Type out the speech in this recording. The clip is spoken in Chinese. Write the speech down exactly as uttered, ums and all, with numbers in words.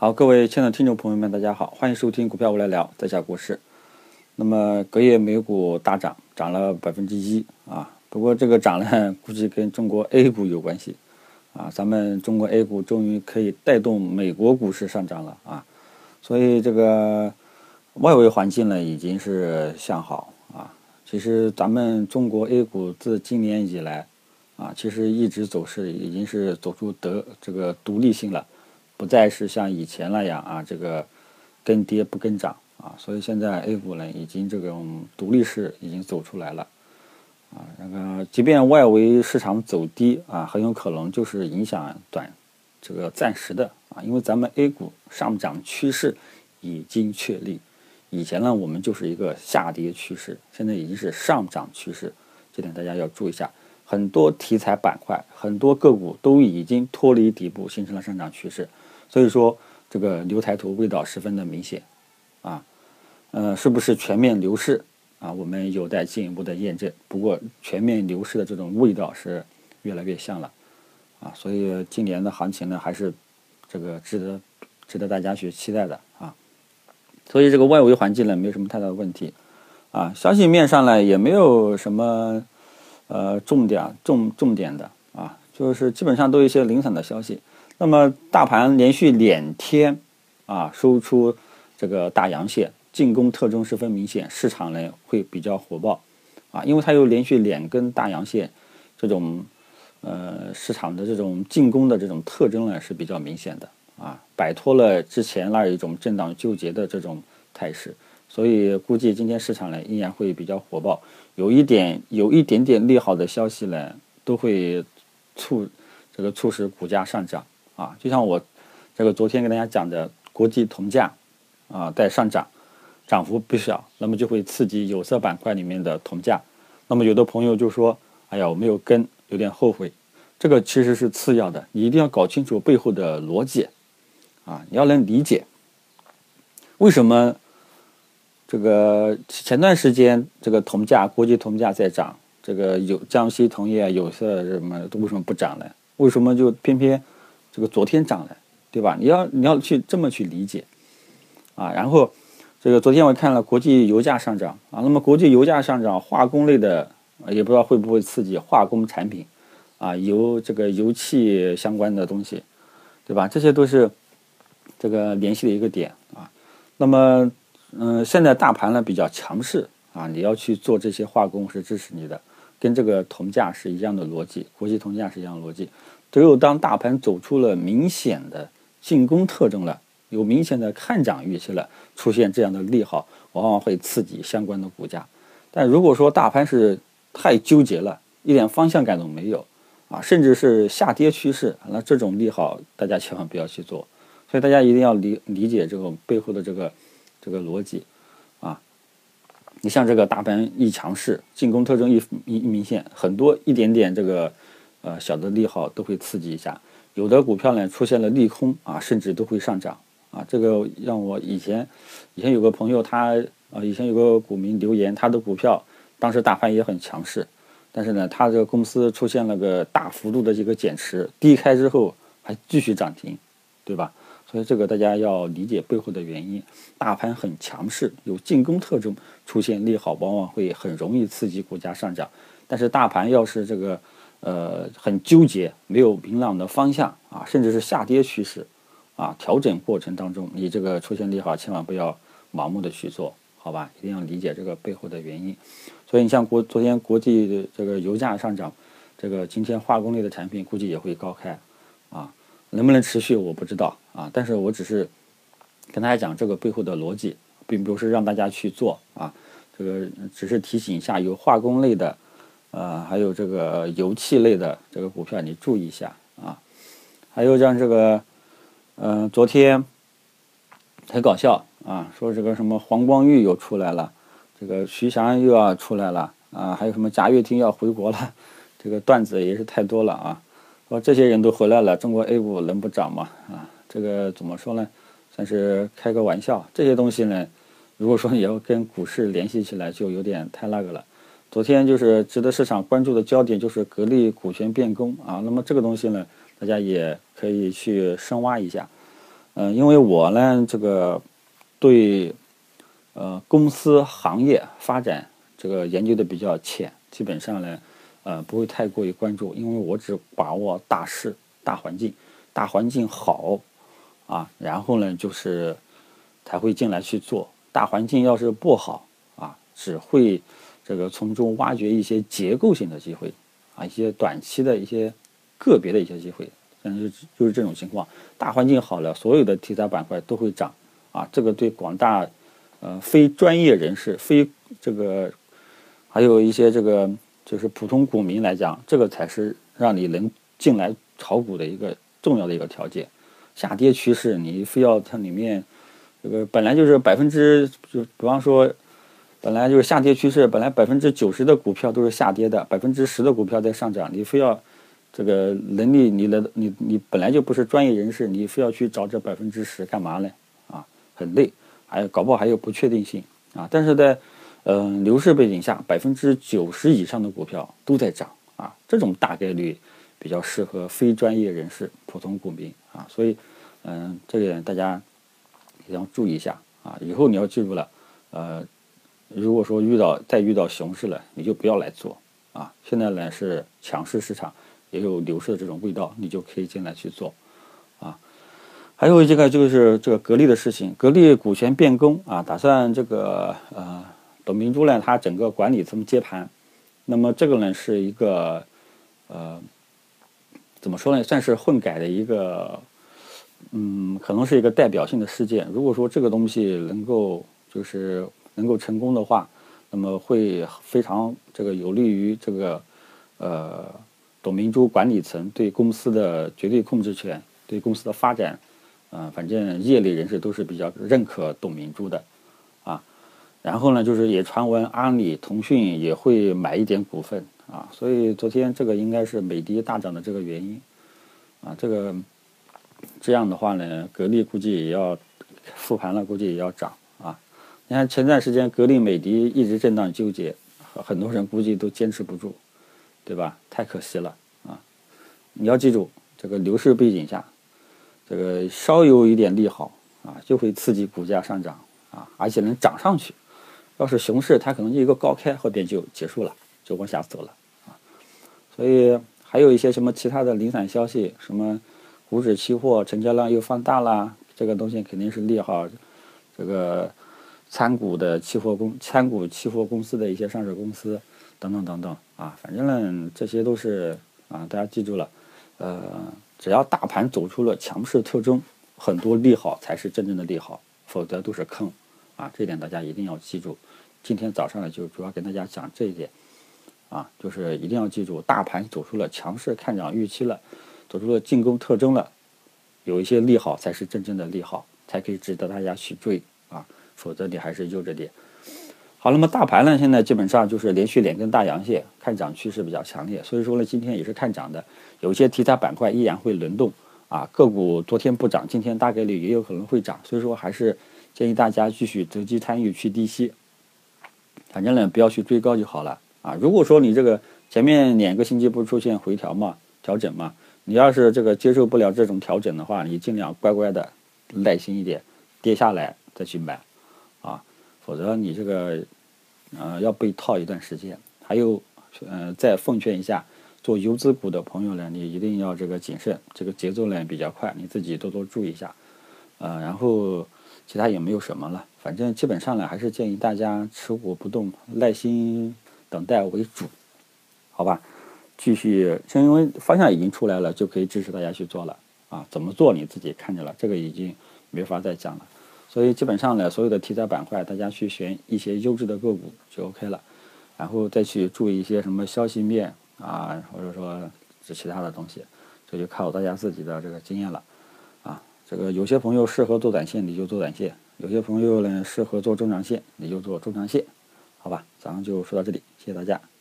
好，各位亲爱的听众朋友们，大家好，欢迎收听股票我来聊，在下国师。那么隔夜美股大涨，涨了百分之一啊。不过这个涨呢，估计跟中国 A 股有关系啊。咱们中国 A 股终于可以带动美国股市上涨了啊。所以这个外围环境呢，已经是向好啊。其实咱们中国 A 股自今年以来啊，其实一直走势已经是走出得这个独立性了。不再是像以前那样啊，这个跟跌不跟涨啊，所以现在 A 股呢已经这种独立式已经走出来了啊。那个即便外围市场走低啊，很有可能就是影响短这个暂时的啊，因为咱们 A 股上涨趋势已经确立。以前呢我们就是一个下跌趋势，现在已经是上涨趋势，这点大家要注意一下。很多题材板块、很多个股都已经脱离底部，形成了上涨趋势。所以说，这个牛抬头味道十分的明显，啊，呃，是不是全面牛市啊？我们有待进一步的验证。不过，全面牛市的这种味道是越来越像了，啊，所以今年的行情呢，还是这个值得值得大家去期待的啊。所以这个外围环境呢，没有什么太大的问题，啊，消息面上呢，也没有什么呃重点重重点的啊，就是基本上都有一些零散的消息。那么大盘连续两天啊收出这个大阳线，进攻特征十分明显，市场呢会比较火爆啊，因为它有连续两根大阳线，这种呃市场的这种进攻的这种特征呢是比较明显的啊，摆脱了之前那一种震荡纠结的这种态势，所以估计今天市场呢依然会比较火爆，有一点有一点点利好的消息呢都会促这个促使股价上涨。啊，就像我这个昨天跟大家讲的，国际铜价啊在上涨，涨幅不小，那么就会刺激有色板块里面的铜价。那么有的朋友就说：“哎呀，我没有跟，有点后悔。”这个其实是次要的，你一定要搞清楚背后的逻辑啊，你要能理解为什么这个前段时间这个铜价、国际铜价在涨，这个有江西铜业、有色什么都为什么不涨呢？为什么就偏偏这个昨天涨了，对吧？你要你要去这么去理解啊。然后这个昨天我看了国际油价上涨啊，那么国际油价上涨，化工类的也不知道会不会刺激化工产品啊，油这个油气相关的东西，对吧？这些都是这个联系的一个点啊。那么嗯、呃，现在大盘呢比较强势啊，你要去做这些化工是支持你的，跟这个铜价是一样的逻辑，国际铜价是一样的逻辑。只有当大盘走出了明显的进攻特征了，有明显的看涨预期了，出现这样的利好，往往会刺激相关的股价。但如果说大盘是太纠结了，一点方向感都没有啊，甚至是下跌趋势，那这种利好大家千万不要去做。所以大家一定要理理解这种背后的这个这个逻辑啊。你像这个大盘一强势，进攻特征一一明显，很多一点点这个。呃，小的利好都会刺激一下，有的股票呢出现了利空啊，甚至都会上涨啊。这个让我以前以前有个朋友他呃以前有个股民留言，他的股票当时大盘也很强势，但是呢，他这个公司出现了个大幅度的这个减持，低开之后还继续涨停，对吧？所以这个大家要理解背后的原因。大盘很强势，有进攻特征，出现利好，往往会很容易刺激股价上涨。但是大盘要是这个呃，很纠结，没有明朗的方向啊，甚至是下跌趋势啊，调整过程当中，你这个出现利好，千万不要盲目的去做，好吧？一定要理解这个背后的原因。所以你像国昨天国际的这个油价上涨，这个今天化工类的产品估计也会高开啊，能不能持续我不知道啊，但是我只是跟大家讲这个背后的逻辑，并不是让大家去做啊，这个只是提醒一下有化工类的。呃，还有这个油气类的这个股票，你注意一下啊。还有像这个，嗯、呃，昨天很搞笑啊，说这个什么黄光裕又出来了，这个徐翔又要出来了啊，还有什么贾跃亭要回国了，这个段子也是太多了啊。说这些人都回来了，中国 A 股能不涨吗？啊，这个怎么说呢？算是开个玩笑。这些东西呢，如果说你要跟股市联系起来，就有点太那个了。昨天就是值得市场关注的焦点就是格力股权变更啊，那么这个东西呢，大家也可以去深挖一下嗯、呃，因为我呢这个对呃公司行业发展这个研究的比较浅，基本上呢呃不会太过于关注，因为我只把握大势、大环境，大环境好啊，然后呢就是才会进来去做。大环境要是不好啊，只会这个从中挖掘一些结构性的机会啊，一些短期的一些个别的一些机会。但是就是这种情况，大环境好了，所有的题材板块都会涨啊。这个对广大呃非专业人士、非这个还有一些这个就是普通股民来讲，这个才是让你能进来炒股的一个重要的一个条件。下跌趋势，你非要它里面这个本来就是百分之，就比方说，本来就是下跌趋势，本来百分之九十的股票都是下跌的，百分之十的股票在上涨，你非要这个能力，你的你你本来就不是专业人士，你非要去找这百分之十干嘛呢？啊，很累，还有搞不好还有不确定性啊。但是在嗯、呃、牛市背景下，百分之九十以上的股票都在涨啊，这种大概率比较适合非专业人士、普通股民啊。所以嗯、呃，这个大家一定要注意一下啊。以后你要记住了，呃，如果说遇到再遇到熊市了，你就不要来做啊。现在呢是强势市场。也有牛市的这种味道，你就可以进来去做，啊，还有这个就是这个格力的事情，格力股权变更啊，打算这个呃董明珠呢，他整个管理层接盘，那么这个呢是一个呃怎么说呢，算是混改的一个，嗯，可能是一个代表性的事件。如果说这个东西能够就是能够成功的话，那么会非常这个有利于这个呃。董明珠管理层对公司的绝对控制权，对公司的发展，嗯、呃，反正业内人士都是比较认可董明珠的，啊，然后呢，就是也传闻阿里、腾讯也会买一点股份啊，所以昨天这个应该是美的大涨的这个原因，啊，这个这样的话呢，格力估计也要复盘了，估计也要涨啊。你看前段时间格力、美的一直震荡纠结，很多人估计都坚持不住。对吧？太可惜了啊！你要记住，这个牛市背景下，这个稍有一点利好啊，就会刺激股价上涨啊，而且能涨上去。要是熊市，它可能就一个高开，后边就结束了，就往下走了啊。所以还有一些什么其他的零散消息，什么股指期货成交量又放大啦，这个东西肯定是利好这个参股的期货公参股期货公司的一些上市公司。等等等等啊，反正呢，这些都是啊，大家记住了，呃，只要大盘走出了强势特征，很多利好才是真正的利好，否则都是坑啊，这点大家一定要记住。今天早上呢，就主要跟大家讲这一点啊，就是一定要记住，大盘走出了强势看涨预期了，走出了进攻特征了，有一些利好才是真正的利好，才可以值得大家去追啊，否则你还是悠着点。好，那么大盘呢，现在基本上就是连续两根大阳线，看涨趋势比较强烈，所以说呢，今天也是看涨的，有一些题材板块依然会轮动啊，个股昨天不涨，今天大概率也有可能会涨，所以说还是建议大家继续择机参与去低吸，反正呢不要去追高就好了啊。如果说你这个前面两个星期不是出现回调嘛，调整嘛，你要是这个接受不了这种调整的话，你尽量乖乖的耐心一点，跌下来再去买啊。否则你这个，呃，要被套一段时间。还有，呃，再奉劝一下，做游资股的朋友呢，你一定要这个谨慎，这个节奏呢比较快，你自己多多注意一下。呃，然后其他也没有什么了，反正基本上呢，还是建议大家持股不动，耐心等待为主，好吧？继续，因为方向已经出来了，就可以支持大家去做了啊。怎么做你自己看着了，这个已经没法再讲了。所以基本上呢，所有的题材板块，大家去选一些优质的个股就 OK 了，然后再去注意一些什么消息面啊，或者说是其他的东西，这就靠大家自己的这个经验了啊。这个有些朋友适合做短线，你就做短线；有些朋友呢适合做中长线，你就做中长线，好吧？咱们就说到这里，谢谢大家。